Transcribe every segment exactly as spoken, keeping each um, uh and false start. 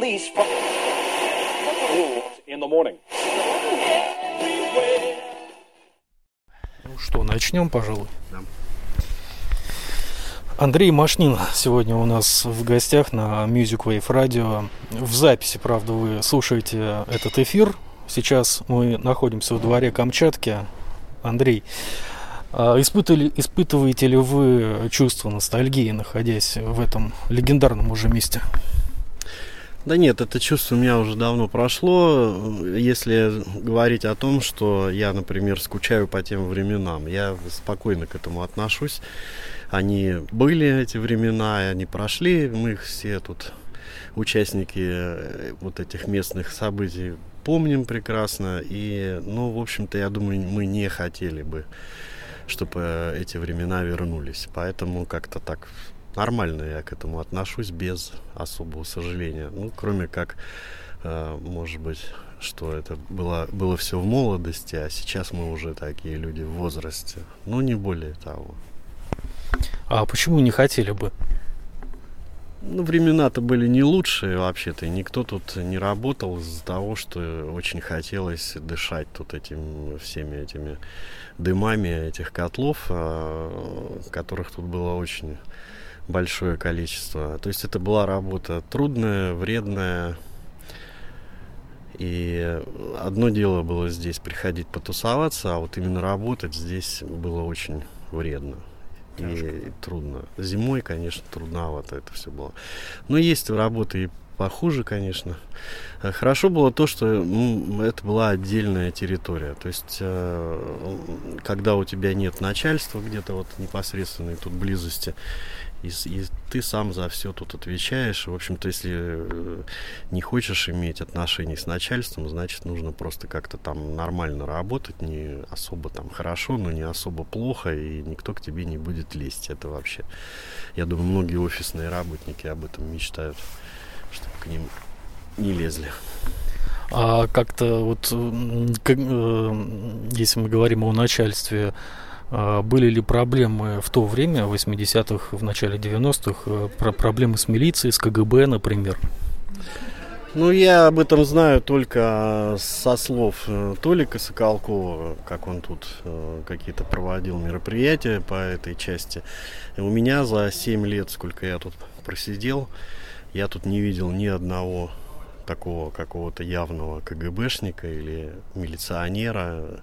release from in the morning. Ну что, начнем, пожалуй. Да. Андрей Машнин сегодня у нас в гостях на Music Wave Radio. В записи, правда, вы слушаете этот эфир. Сейчас мы находимся во дворе Камчатки. Андрей, испытывали, испытываете ли вы чувство ностальгии, находясь в этом легендарном уже месте? Да нет, это чувство у меня уже давно прошло. Если говорить о том, что я, например, скучаю по тем временам, я спокойно к этому отношусь. Они были, эти времена, и они прошли. Мы все тут, участники вот этих местных событий, помним прекрасно. И, ну, в общем-то, я думаю, мы не хотели бы, чтобы эти времена вернулись. Поэтому как-то так нормально я к этому отношусь, без особого сожаления. Ну, кроме как, э, может быть, что это было, было все в молодости, а сейчас мы уже такие люди в возрасте. Ну, не более того. А почему не хотели бы? Ну, времена-то были не лучшие вообще-то, и никто тут не работал из-за того, что очень хотелось дышать тут этим, всеми этими дымами этих котлов, э, которых тут было очень большое количество. То есть это была работа трудная, вредная. И одно дело было здесь приходить потусоваться, а вот именно работать здесь было очень вредно и, и трудно. Зимой, конечно, трудновато это все было. Но есть работы и похуже, конечно. Хорошо было то, что ну, это была отдельная территория. То есть, э, когда у тебя нет начальства где-то вот непосредственной тут близости, И, и ты сам за все тут отвечаешь. В общем-то, если не хочешь иметь отношений с начальством, значит, нужно просто как-то там нормально работать, не особо там хорошо, но не особо плохо, и никто к тебе не будет лезть. Это вообще, я думаю, многие офисные работники об этом мечтают, чтобы к ним не лезли. А как-то вот, как, если мы говорим о начальстве, были ли проблемы в то время, в восьмидесятых, в начале девяностых, про проблемы с милицией, с ка гэ бэ, например? Ну, я об этом знаю только со слов Толика Соколкова, как он тут какие-то проводил мероприятия по этой части. И у меня за семь лет, сколько я тут просидел, я тут не видел ни одного такого какого-то явного ка гэ бэшника или милиционера.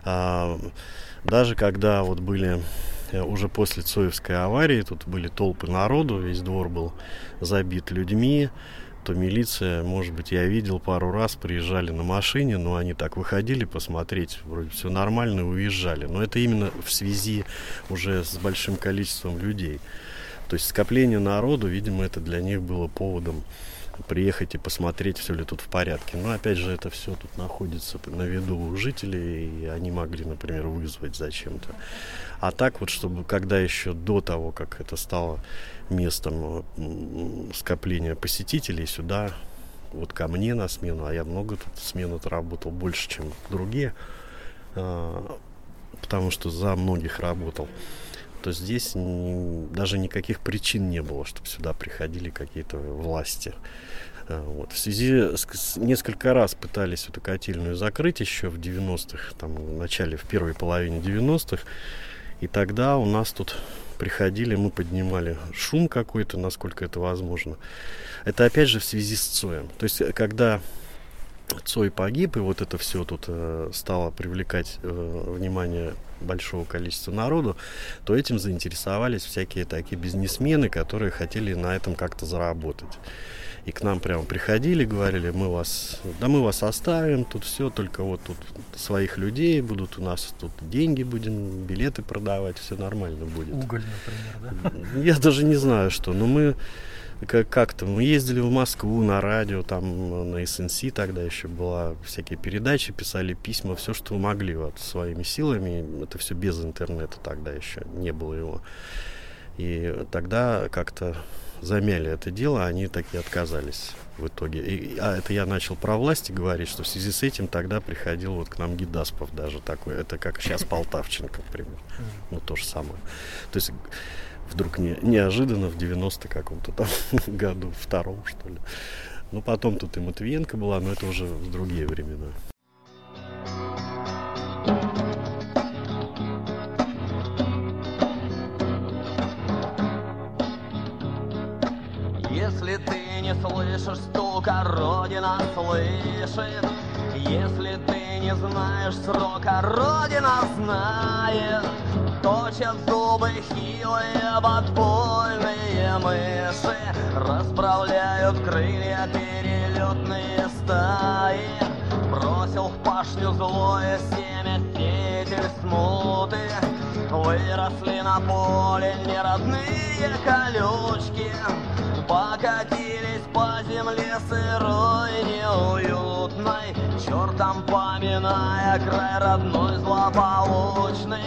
Даже когда вот были уже после Цоевской аварии, тут были толпы народу, весь двор был забит людьми, то милиция, может быть, я видел пару раз, приезжали на машине, но они так выходили посмотреть, вроде все нормально, и уезжали. Но это именно в связи уже с большим количеством людей. То есть скопление народу, видимо, это для них было поводом приехать и посмотреть, все ли тут в порядке. Но опять же, это все тут находится на виду у жителей, и они могли, например, вызвать зачем-то. А так вот, чтобы когда еще до того, как это стало местом скопления посетителей, сюда, вот ко мне на смену, а я много тут смену-то работал, больше, чем другие, потому что за многих работал, то здесь даже никаких причин не было, чтобы сюда приходили какие-то власти. Вот. В связи с, с несколько раз пытались эту котельную закрыть еще в девяностых, там, в начале, в первой половине девяностых, и тогда у нас тут приходили, мы поднимали шум какой-то, насколько это возможно. Это опять же в связи с Цоем. То есть, когда Цой погиб, и вот это все тут э, стало привлекать э, внимание большого количества народу, то этим заинтересовались всякие такие бизнесмены, которые хотели на этом как-то заработать. И к нам прямо приходили, говорили, мы вас, да мы вас оставим, тут все, только вот тут своих людей будут, у нас тут деньги будем, билеты продавать, все нормально будет. Уголь, например, да? Я даже не знаю, что, но мы как-то, мы ездили в Москву на радио, там на эс эн си тогда еще была, всякие передачи, писали письма, все, что могли вот своими силами, это все без интернета тогда еще, не было его. И тогда как-то замяли это дело, они таки отказались в итоге. И, а это я начал про власти говорить, что в связи с этим тогда приходил вот к нам Гидаспов даже такой, это как сейчас Полтавченко, например, ну то же самое. То есть вдруг не, неожиданно в девяностом каком-то там году, втором что ли, Ну, потом тут и Матвиенко была, но это уже в другие времена. Если ты не слышишь стука, Родина слышит. Если ты не знаешь срока, Родина знает. Точат зубы хилые подпольные мыши, расправляют крылья перелетные стаи. Бросил в пашню злое семя сеятель смуты. Выросли на поле неродные колючки, покатились по земле сырой, неуютной, чертом поминая край родной злополучный.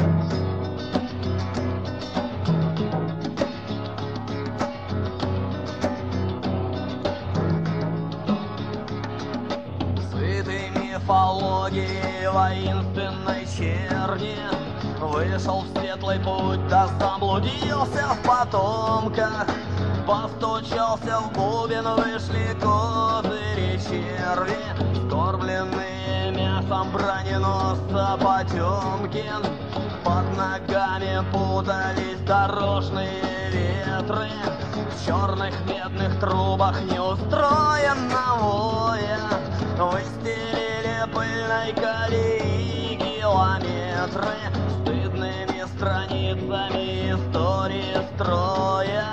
Сытый мифологии воинственной черни вышел в светлый путь, да заблудился в потомках. Постучался в бубен, вышли козыри черви, скормленные мясом броненосца Потемкин. Под ногами путались дорожные ветры, в черных медных трубах неустроенно воя выстелили пыльной колеи километры, стыдными страницами истории строя.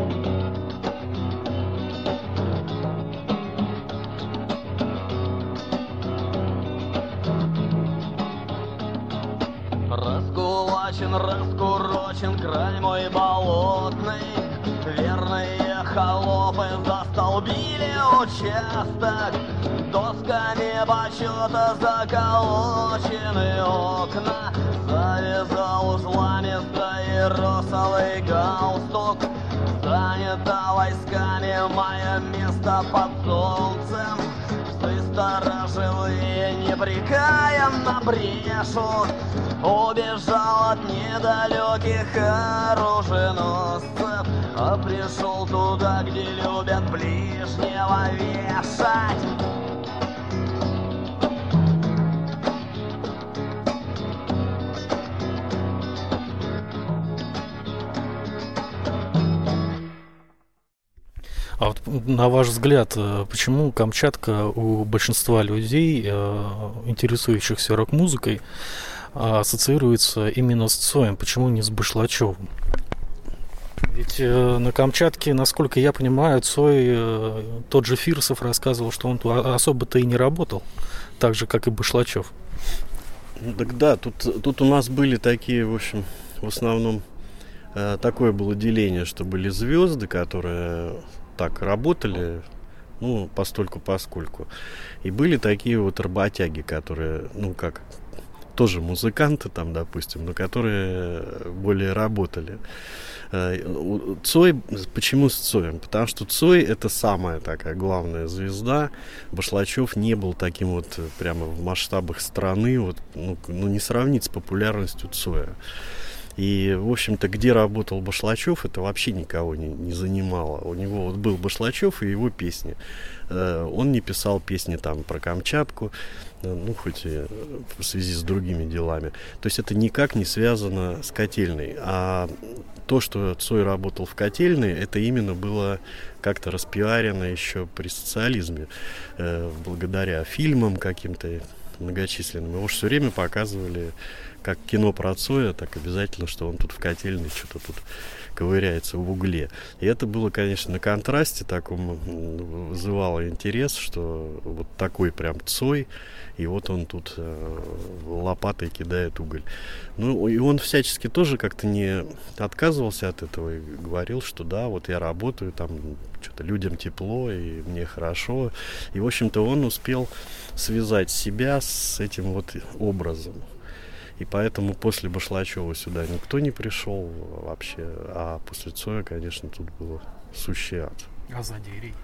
Раскулачен, раскурочен край мой болотный, верные холопы застолбили участок, досками почета заколочены окна, завязал узлами стаиросовый галстук. Занято войсками мое место под солнцем, псы сторожевые непрекаянно брешут. Убежал от недалеких оруженосцев, а пришел туда, где любят ближнего вешать. А вот на ваш взгляд, почему Камчатка у большинства людей, интересующихся рок-музыкой, ассоциируется именно с Цоем? Почему не с Башлачевым? Ведь на Камчатке, насколько я понимаю, Цой, тот же Фирсов рассказывал, что он особо-то и не работал, так же, как и Башлачев. Ну так да, тут, тут у нас были такие, в общем, в основном такое было деление, что были звезды, которые так работали, ну, постольку-поскольку. И были такие вот работяги, которые, ну, как, тоже музыканты там, допустим, но которые более работали. Цой, почему с Цоем? Потому что Цой — это самая такая главная звезда. Башлачев не был таким вот прямо в масштабах страны, вот, ну, ну не сравнить с популярностью Цоя. И, в общем-то, где работал Башлачев, это вообще никого не, не занимало. У него вот был Башлачев и его песни. Он не писал песни там про Камчатку, ну, хоть и в связи с другими делами. То есть это никак не связано с Котельной. А то, что Цой работал в Котельной, это именно было как-то распиарено еще при социализме. Благодаря фильмам каким-то многочисленным. Его же все время показывали как кино про Цоя, так обязательно, что он тут в Котельной что-то тут ковыряется в угле. И это было, конечно, на контрасте таком, вызывало интерес, что вот такой прям Цой, и вот он тут э, лопатой кидает уголь. Ну, и он всячески тоже как-то не отказывался от этого и говорил, что да, вот я работаю, там что-то людям тепло, и мне хорошо. И, в общем-то, он успел связать себя с этим вот образом. И поэтому после Башлачева сюда никто не пришел вообще. А после Цоя, конечно, тут было сущий ад. А Задерий?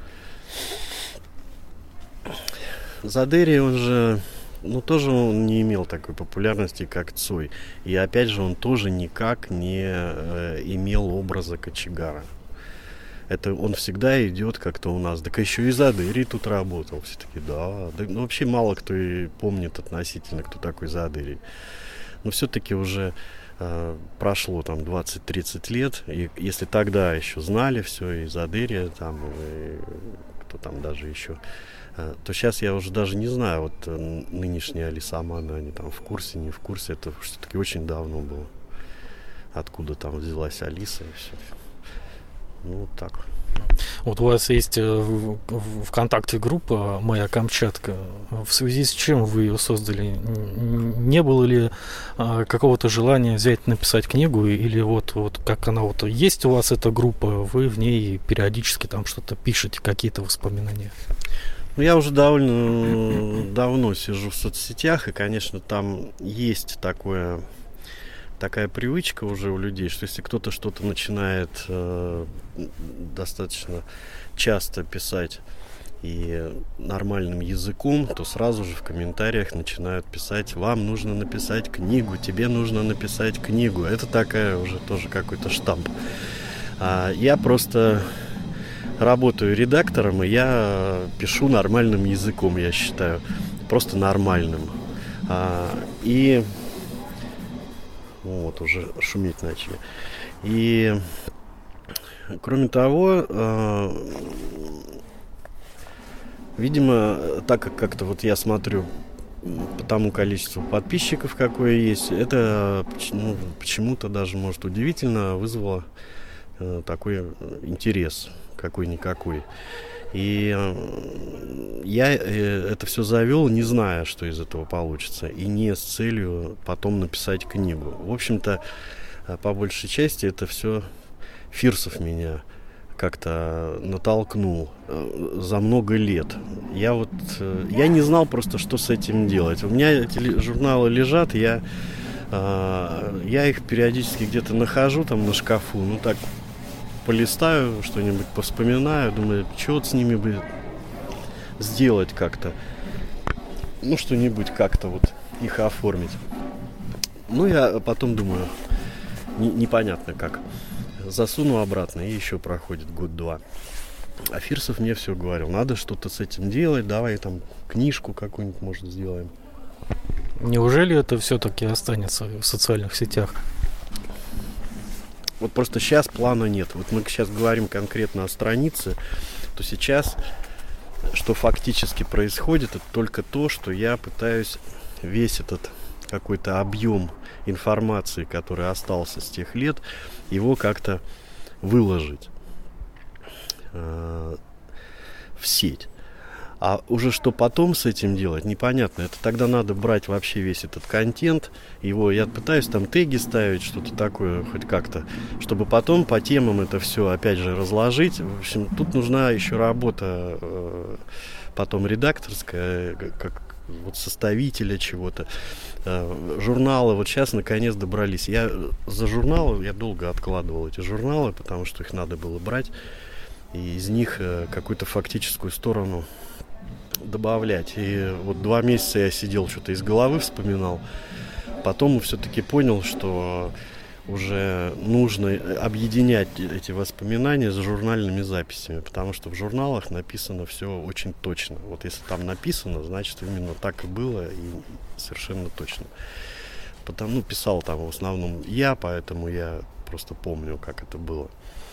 Задерий, он же, ну, тоже он не имел такой популярности, как Цой. И опять же, он тоже никак не э, имел образа кочегара. это он всегда идет как-то у нас. Так еще и Задырий тут работал. Все таки да. да. Ну, вообще мало кто и помнит относительно, кто такой Задырий. Но все-таки уже э, прошло там двадцать-тридцать лет. И если тогда еще знали все, и Задырия, там, и кто там даже еще, э, то сейчас я уже даже не знаю, вот э, нынешние алисаманы, они там в курсе, не в курсе. Это все-таки очень давно было. Откуда там взялась Алиса и все. Ну, вот так. Вот у вас есть в ВКонтакте группа «Моя Камчатка». В связи с чем вы ее создали? Не было ли а, какого-то желания взять, написать книгу? Или вот, вот как она вот есть у вас эта группа, вы в ней периодически там что-то пишете, какие-то воспоминания? Ну, я уже довольно давно сижу в соцсетях, и, конечно, там есть такое... такая привычка уже у людей, что если кто-то что-то начинает э, достаточно часто писать и нормальным языком, то сразу же в комментариях начинают писать: вам нужно написать книгу, тебе нужно написать книгу. Это такая уже тоже какой-то штамп. А я просто работаю редактором, и я пишу нормальным языком, я считаю, просто нормальным. А, и Вот, уже шуметь начали. И, кроме того, э, видимо, так как как-то вот я смотрю по тому количеству подписчиков, какое есть, это ну, почему-то даже, может, удивительно вызвало э, такой интерес какой-никакой. И я это все завел, не зная, что из этого получится, и не с целью потом написать книгу. В общем-то, по большей части это все Фирсов меня как-то натолкнул за много лет. Я вот я не знал просто, что с этим делать. У меня эти журналы лежат, я, я их периодически где-то нахожу там на шкафу, ну так полистаю, что-нибудь повспоминаю, думаю, что вот с ними бы сделать как-то. Ну, что-нибудь как-то вот их оформить. Ну, я потом думаю, не, непонятно как. Засуну обратно, и еще проходит год-два. А Фирсов мне все говорил, надо что-то с этим делать, давай там книжку какую-нибудь, может, сделаем. Неужели это все-таки останется в социальных сетях? Вот просто сейчас плана нет. Вот мы сейчас говорим конкретно о странице, то сейчас, что фактически происходит, это только то, что я пытаюсь весь этот какой-то объем информации, который остался с тех лет, его как-то выложить э, в сеть. А уже что потом с этим делать, непонятно. Это тогда надо брать вообще весь этот контент. Его я пытаюсь там теги ставить, что-то такое, хоть как-то, чтобы потом по темам это все опять же разложить. В общем, тут нужна еще работа э, потом редакторская, как вот составителя чего-то. Э, журналы вот сейчас наконец добрались. Я за журналы, я долго откладывал эти журналы, потому что их надо было брать. И из них э, какую-то фактическую сторону добавлять. И вот два месяца я сидел, что-то из головы вспоминал. Потом все-таки понял, что уже нужно объединять эти воспоминания с журнальными записями, потому что в журналах написано все очень точно. Вот если там написано, значит именно так и было, и совершенно точно. Потому, ну, писал там в основном я, поэтому я просто помню, как это было.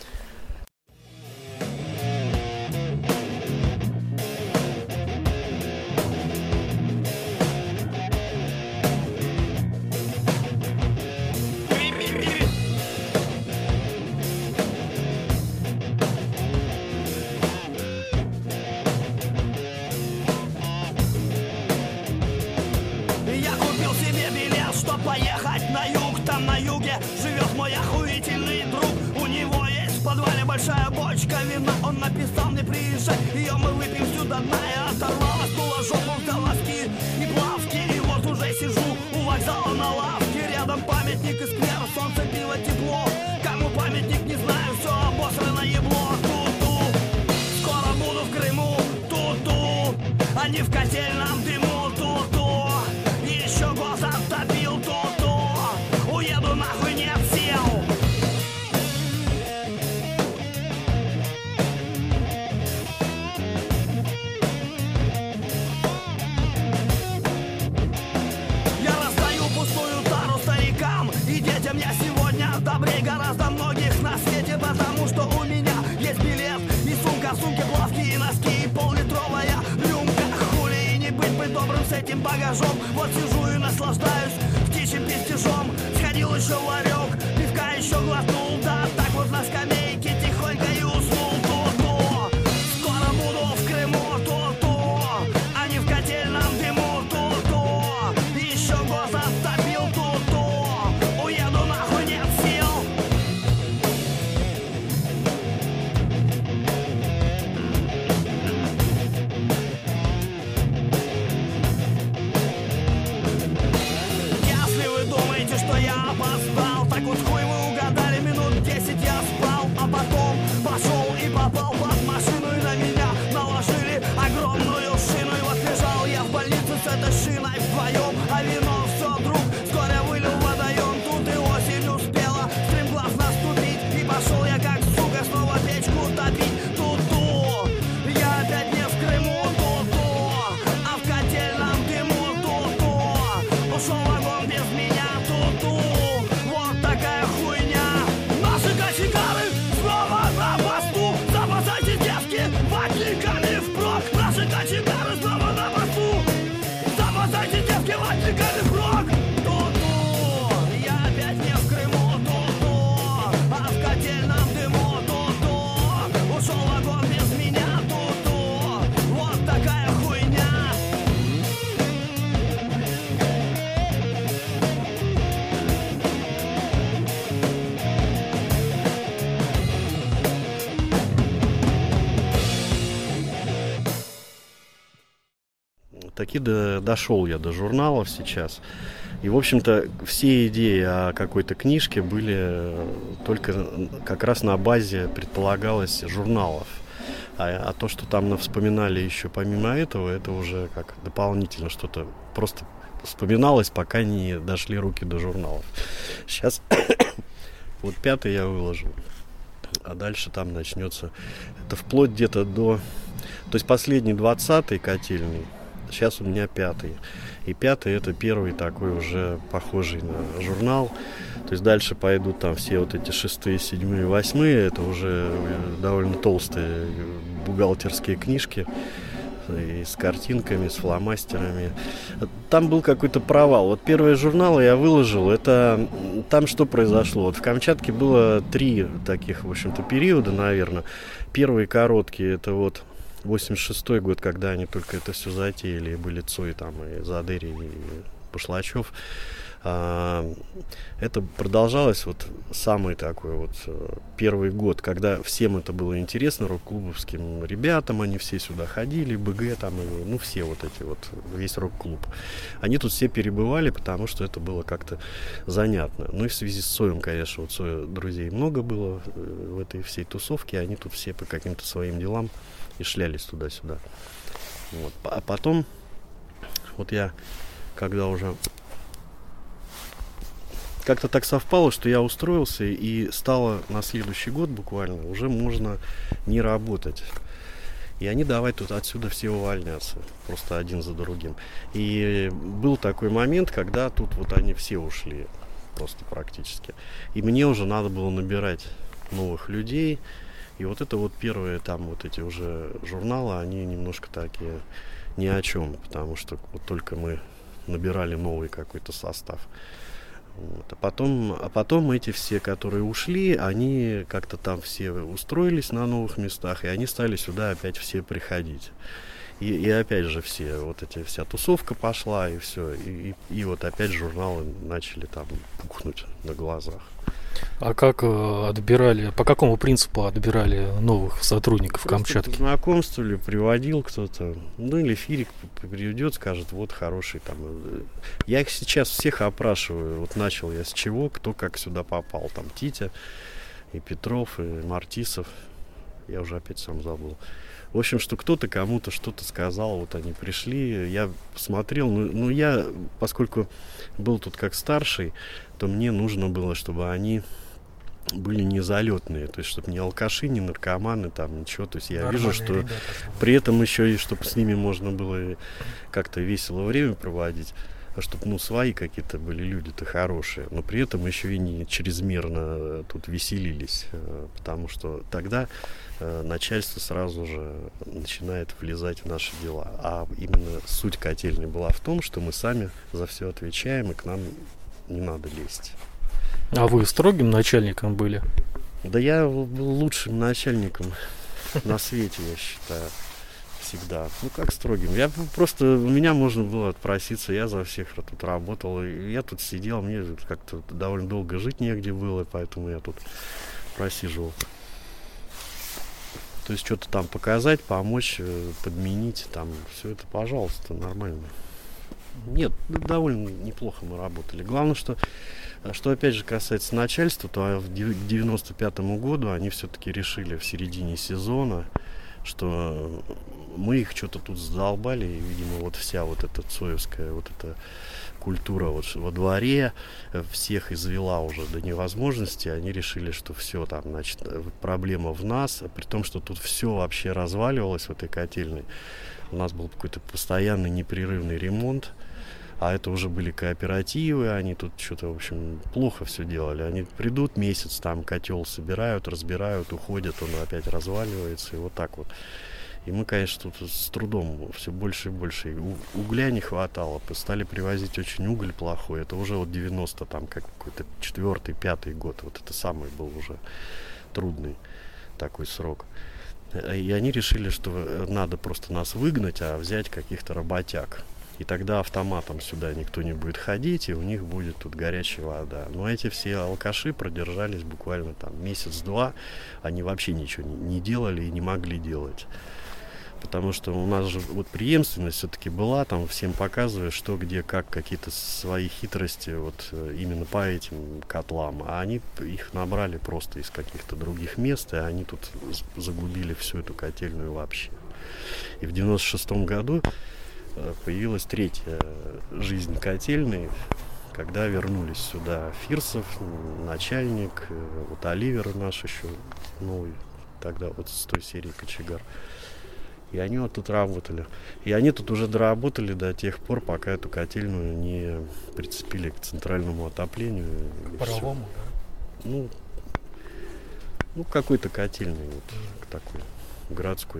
Поехать на юг, там на юге живет мой охуительный друг. У него есть в подвале большая бочка вина. Он написал мне приезжай, ее мы выпьем всю до дна. Я оторвалась, была жопу, взяла носки и плавки. И вот уже сижу у вокзала на лавке. Рядом памятник и сквер, солнце, пиво, тепло. Кому памятник, не знаю, все обосрано ебло. Ту-ту, скоро буду в Крыму. Ту-ту, они в котельном дыму. Ту-ту, еще год оттопил. Ту-ту, уеду нахуй, нет сил. умнее гораздо многих на свете, потому что у меня есть билет и сумка, в сумке плавкие носки и пол-литровая рюмка. Хули и не быть, быть добрым с этим багажом. Вот сижу и наслаждаюсь птичьим пиздежом. Сходил еще в ларек, пивка еще глотнул, да так вот на скамейке тихонько и уснул. То-то, скоро буду в Крыму, то-то, а не в котельном дыму, то-то, еще год оттопил, то-то, уеду нахуй, нет сил. Если вы думаете, что я опоздал, так вот хуй вы угадали, минут десять я спал, а потом пошел и попал под машину, и на меня наложили огромную шину. И вот лежал я в больнице с этой шиной вдвоем, а вино все друг вскоре вылил в водоем. Тут и осень успела стремглав наступить, и пошел я как сука снова печку топить. Ту-ту, я опять не в Крыму, ту-ту, а в котельном дыму, ту-ту, ушел вагон без меня, ту-ту, вот такая хуйня. Наши кочегары снова на посту, запасайте девки ватниками впрок. Наши кочегары снова на посту, запасайте девки ватниками впрок. Ту-ту, я опять не в Крыму, ту-ту, а в котельном дыму, ту-ту, ушел вагон без меня, ту-ту, вот такая хуйня. Таки до, дошел я до журналов сейчас. И, в общем-то, все идеи о какой-то книжке были только как раз на базе, предполагалось, журналов. А, а то, что там вспоминали еще помимо этого, это уже как дополнительно что-то просто вспоминалось, пока не дошли руки до журналов. Сейчас вот пятый я выложил, а дальше там начнется. Это вплоть где-то до... То есть последний двадцатый котельный, сейчас у меня пятый. И пятый это первый такой уже похожий на журнал. То есть дальше пойдут там все вот эти шестые, седьмые, восьмые. Это уже довольно толстые бухгалтерские книжки. И с картинками, с фломастерами. Там был какой-то провал. Вот первые журналы я выложил. Это там что произошло? Вот в Камчатке было три таких, в общем-то, периода, наверное. Первый короткий, это вот восемьдесят шестой год, когда они только это все затеяли, и были Цой, там, и Задыри, и Пошлачев. А, это продолжалось вот самый такой вот первый год, когда всем это было интересно, рок-клубовским ребятам, они все сюда ходили, БГ там, и, ну все вот эти вот, весь рок-клуб. Они тут все перебывали, потому что это было как-то занятно. Ну и в связи с Цоем, конечно, у Цоя друзей много было в этой всей тусовке, они тут все по каким-то своим делам и шлялись туда-сюда. Вот. А потом, вот я, когда уже как-то так совпало, что я устроился, и стало на следующий год буквально уже можно не работать. И они давай тут отсюда все увольняться, просто один за другим. И был такой момент, когда тут вот они все ушли, просто практически. И мне уже надо было набирать новых людей. И вот это вот первые там вот эти уже журналы, они немножко такие ни о чем, потому что вот только мы набирали новый какой-то состав. Вот. А потом, а потом эти все, которые ушли, они как-то там все устроились на новых местах, и они стали сюда опять все приходить. И, и опять же все, вот эти, вся тусовка пошла, и все. И, и, и вот опять журналы начали там пухнуть на глазах. А как э, отбирали, по какому принципу отбирали новых сотрудников в Камчатке? Знакомствовали, приводил кто-то, ну или Фирик приведет, скажет, вот хороший там. Я их сейчас всех опрашиваю, вот начал я с чего, кто как сюда попал, там Титя, и Петров, и Мартисов, я уже опять сам забыл. В общем, что кто-то кому-то что-то сказал, вот они пришли, я посмотрел, ну, ну я, поскольку был тут как старший, то мне нужно было, чтобы они были не залетные, то есть, чтобы не алкаши, не наркоманы, там, ничего, то есть я Нормальные вижу, что ребята, при этом еще и, чтобы с ними можно было как-то весело время проводить. чтобы, ну, свои какие-то были люди-то хорошие, но при этом еще и не чрезмерно тут веселились, потому что тогда начальство сразу же начинает влезать в наши дела. А именно суть котельной была в том, что мы сами за все отвечаем, и к нам не надо лезть. А вы строгим начальником были? Да я был лучшим начальником на свете, я считаю, всегда. Ну, как строгим. Я просто, у меня можно было отпроситься, я за всех тут работал, и я тут сидел, мне как-то довольно долго жить негде было, поэтому я тут просиживал. То есть что-то там показать, помочь, подменить, там, все это, пожалуйста, нормально. Нет, довольно неплохо мы работали. Главное, что, что опять же касается начальства, то в девяносто пятому году они все-таки решили в середине сезона, что мы их что-то тут задолбали, и, видимо, вот вся вот эта цоевская вот эта культура вот во дворе всех извела уже до невозможности. Они решили, что все там, значит, проблема в нас, при том, что тут все вообще разваливалось в этой котельной. У нас был какой-то постоянный непрерывный ремонт, а это уже были кооперативы, они тут что-то, в общем, плохо все делали. Они придут месяц, там котел собирают, разбирают, уходят, он опять разваливается, и вот так вот. И мы, конечно, тут с трудом все больше и больше. И угля не хватало, стали привозить очень уголь плохой. Это уже вот девяносто, там, какой-то четвертый, пятый год. Вот это самый был уже трудный такой срок. И они решили, что надо просто нас выгнать, а взять каких-то работяг. И тогда автоматом сюда никто не будет ходить, и у них будет тут горячая вода. Но эти все алкаши продержались буквально там месяц-два. Они вообще ничего не, не делали и не могли делать. Потому что у нас же вот преемственность все-таки была, там всем показывая, что, где, как, какие-то свои хитрости вот именно по этим котлам. А они их набрали просто из каких-то других мест, и они тут загубили всю эту котельную вообще. И в девяносто шестом году появилась третья жизнь котельной, когда вернулись сюда Фирсов, начальник, вот Оливер наш еще новый, тогда вот с той серии «Кочегар». И они вот тут работали. И они тут уже доработали до тех пор, пока эту котельную не прицепили к центральному отоплению. К паровому, да? Ну, ну какой-то котельной, вот, mm. такой, городской.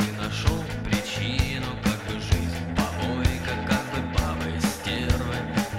Причину, как бы жизнь, помойка, как бы бабы, стервы.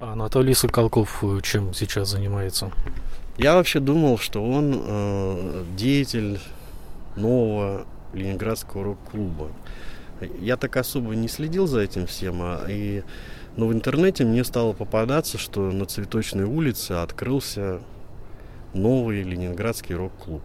А Анатолий Соколков чем сейчас занимается? Я вообще думал, что он э, деятель нового ленинградского рок-клуба. Я так особо не следил за этим всем, а, и, но в интернете мне стало попадаться, что на Цветочной улице открылся новый ленинградский рок-клуб.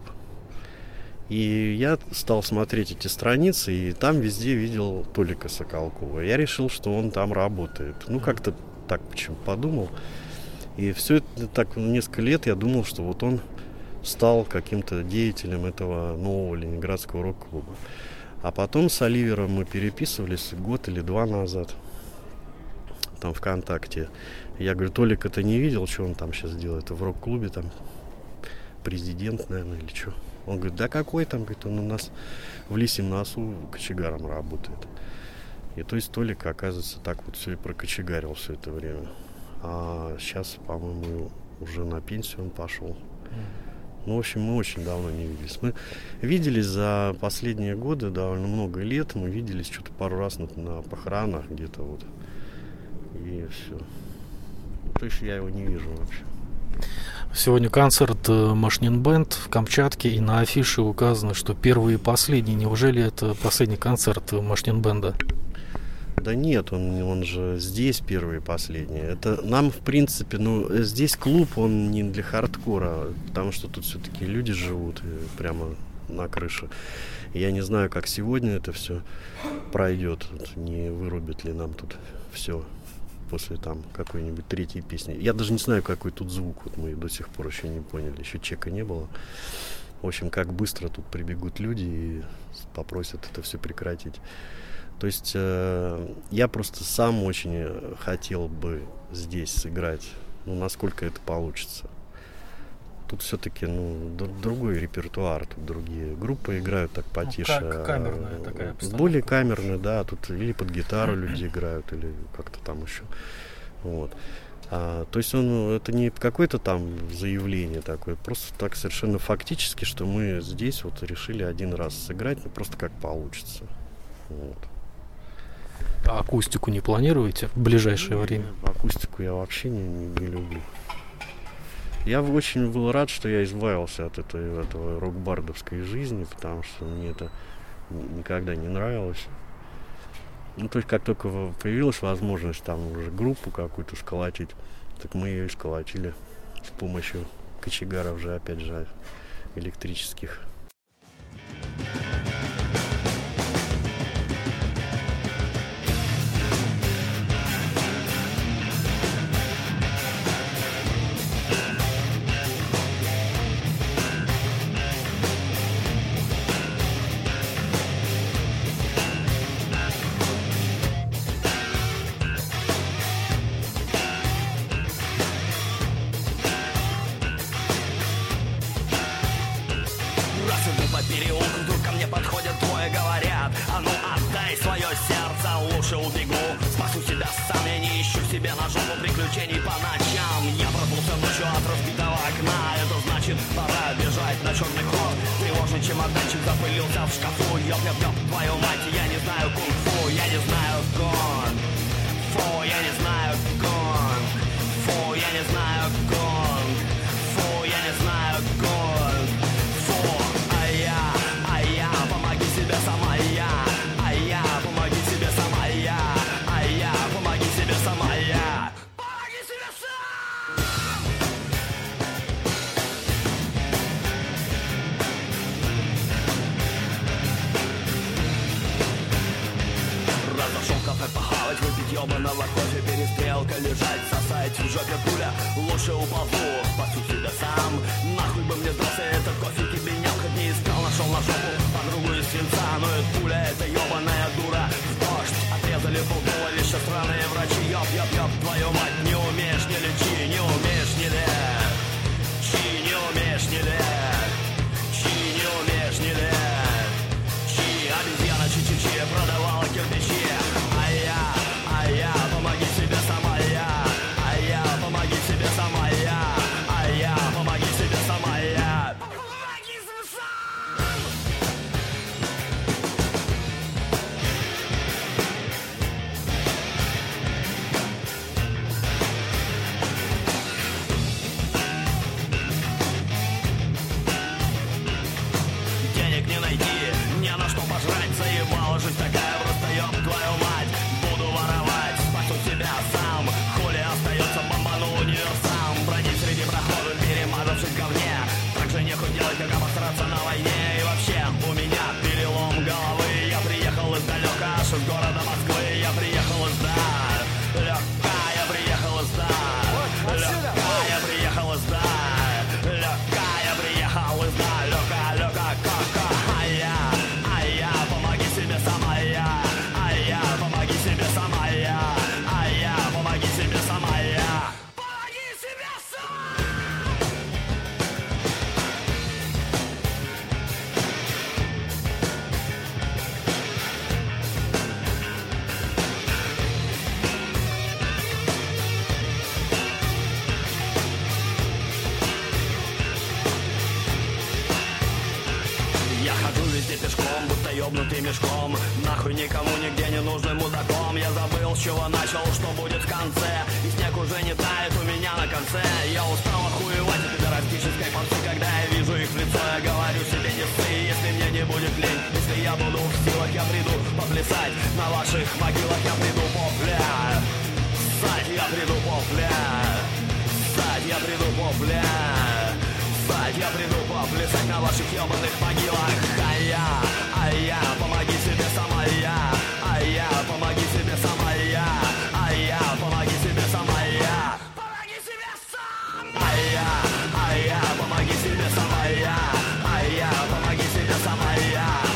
И я стал смотреть эти страницы, и там везде видел Толика Соколкова. Я решил, что он там работает. Ну, как-то так почему-то подумал. И все это так несколько лет я думал, что вот он стал каким-то деятелем этого нового ленинградского рок-клуба. А потом с Оливером мы переписывались год или два назад, там ВКонтакте. Я говорю: Толик, ты не видел, что он там сейчас делает в рок-клубе, там президент, наверное, или что? Он говорит: да какой там, говорит, он у нас в Лисьем носу кочегаром работает. И то есть Толик, оказывается, так вот все и прокочегарил все это время. А сейчас, по-моему, уже на пенсию он пошел. Ну, в общем, мы очень давно не виделись. Мы виделись за последние годы, довольно много лет. Мы виделись что-то пару раз на, на похоронах где-то вот. И все. То есть я его не вижу вообще. Сегодня концерт Машнин Бэнд в Камчатке, и на афише указано, что первый и последний. Неужели это последний концерт Машнин Бэнда? Да нет, он, он же здесь первый и последний. Это нам, в принципе, ну, здесь клуб, он не для хардкора, потому что тут все-таки люди живут прямо на крыше. Я не знаю, как сегодня это все пройдет, не вырубит ли нам тут все после там какой-нибудь третьей песни. Я даже не знаю, какой тут звук, вот мы до сих пор еще не поняли, еще чека не было. В общем, как быстро тут прибегут люди и попросят это все прекратить. То есть э, я просто сам очень хотел бы здесь сыграть, ну, насколько это получится. Тут все-таки, ну, д- другой репертуар, тут другие группы играют так потише. Ну, как камерная такая обстановка. Более камерная, да, тут или под гитару люди играют, или как-то там еще. Вот. А, то есть он, это не какое-то там заявление такое, просто так совершенно фактически, что мы здесь вот решили один раз сыграть, ну, просто как получится. Вот. А акустику не планируете в ближайшее время? Акустику я вообще не, не, не люблю. Я очень был рад, что я избавился от этой, этого рок-бардовской жизни, потому что мне это никогда не нравилось. Ну, то есть, как только появилась возможность там уже группу какую-то сколотить, так мы ее и сколотили с помощью кочегаров же, опять же, электрических. Чемоданчик запылился в шкафу. Ёп-ёп-ёп, твою мать, я не знаю кунг-фу. Я не знаю гон. Фу, я не знаю гон. Фу, я не знаю гон. Фу, я не знаю гон. Фу, а я, а я, помоги себе сама я. А я, помоги себе сама я. А я, помоги себе сама я. Помоги себе сам! Разошел в кафе похавать, выпить ёбаного кофе, перестрелка, лежать, сосать в жопе пуля. Лучше уползу, спасу себя сам. Нахуй бы мне сдался этот кофе, кибенек, хоть не искал, нашел на жопу подругу из свинца. Но эта пуля, это ёбаная дура. В дождь отрезали полтуловища, странные врачи. Ёп-ёп-ёп, твою мать, не умеешь, не лечи, не умеешь, не лечь. Чи, не умеешь, не лечь. Чи, не умеешь, не лечь. Чи, обезьяна, чи-чи-чи, продавала кирпичи. А я, а я, помоги себе сама я. А я, помоги себе сама я. А я, помоги себе сама я. Помоги себе сам! универсам, бродить среди проходов, перемазавших в говне. Так же нехуй делать, как обосраться на войне. И вообще, у меня перелом головы. Я приехал издалека, аж из города Москвы. Я приехал издалека, я приехал издалека, я приехал издалека, я приехал издалека, лёка, ка-ка. А я, а я, помоги себе сама я. А я, помоги себе сама я. А я, помоги себе сама я. Помоги себе сама! Я хожу везде пешком, будто ёбнутый мешком. Нахуй никому нигде не нужным мудаком. Я забыл, с чего начал, что будет в конце. И снег уже не тает у меня на конце. Я устал охуевать от пидорастической попсы. Когда я вижу их в лицо, я говорю себе не ссы. Если мне не будет лень, если я буду в силах, я приду поплясать. На ваших могилах я приду попля. Ссать, я приду попля. Ссать, я приду попля. Я приду поплясать на ваших ебаных могилах. А я, а я, помоги себе сама я. А я, помоги себе сама я. А я, помоги себе сама я. Помоги себе сам. А я, а я, помоги себе сама я. А я, помоги себе сама я.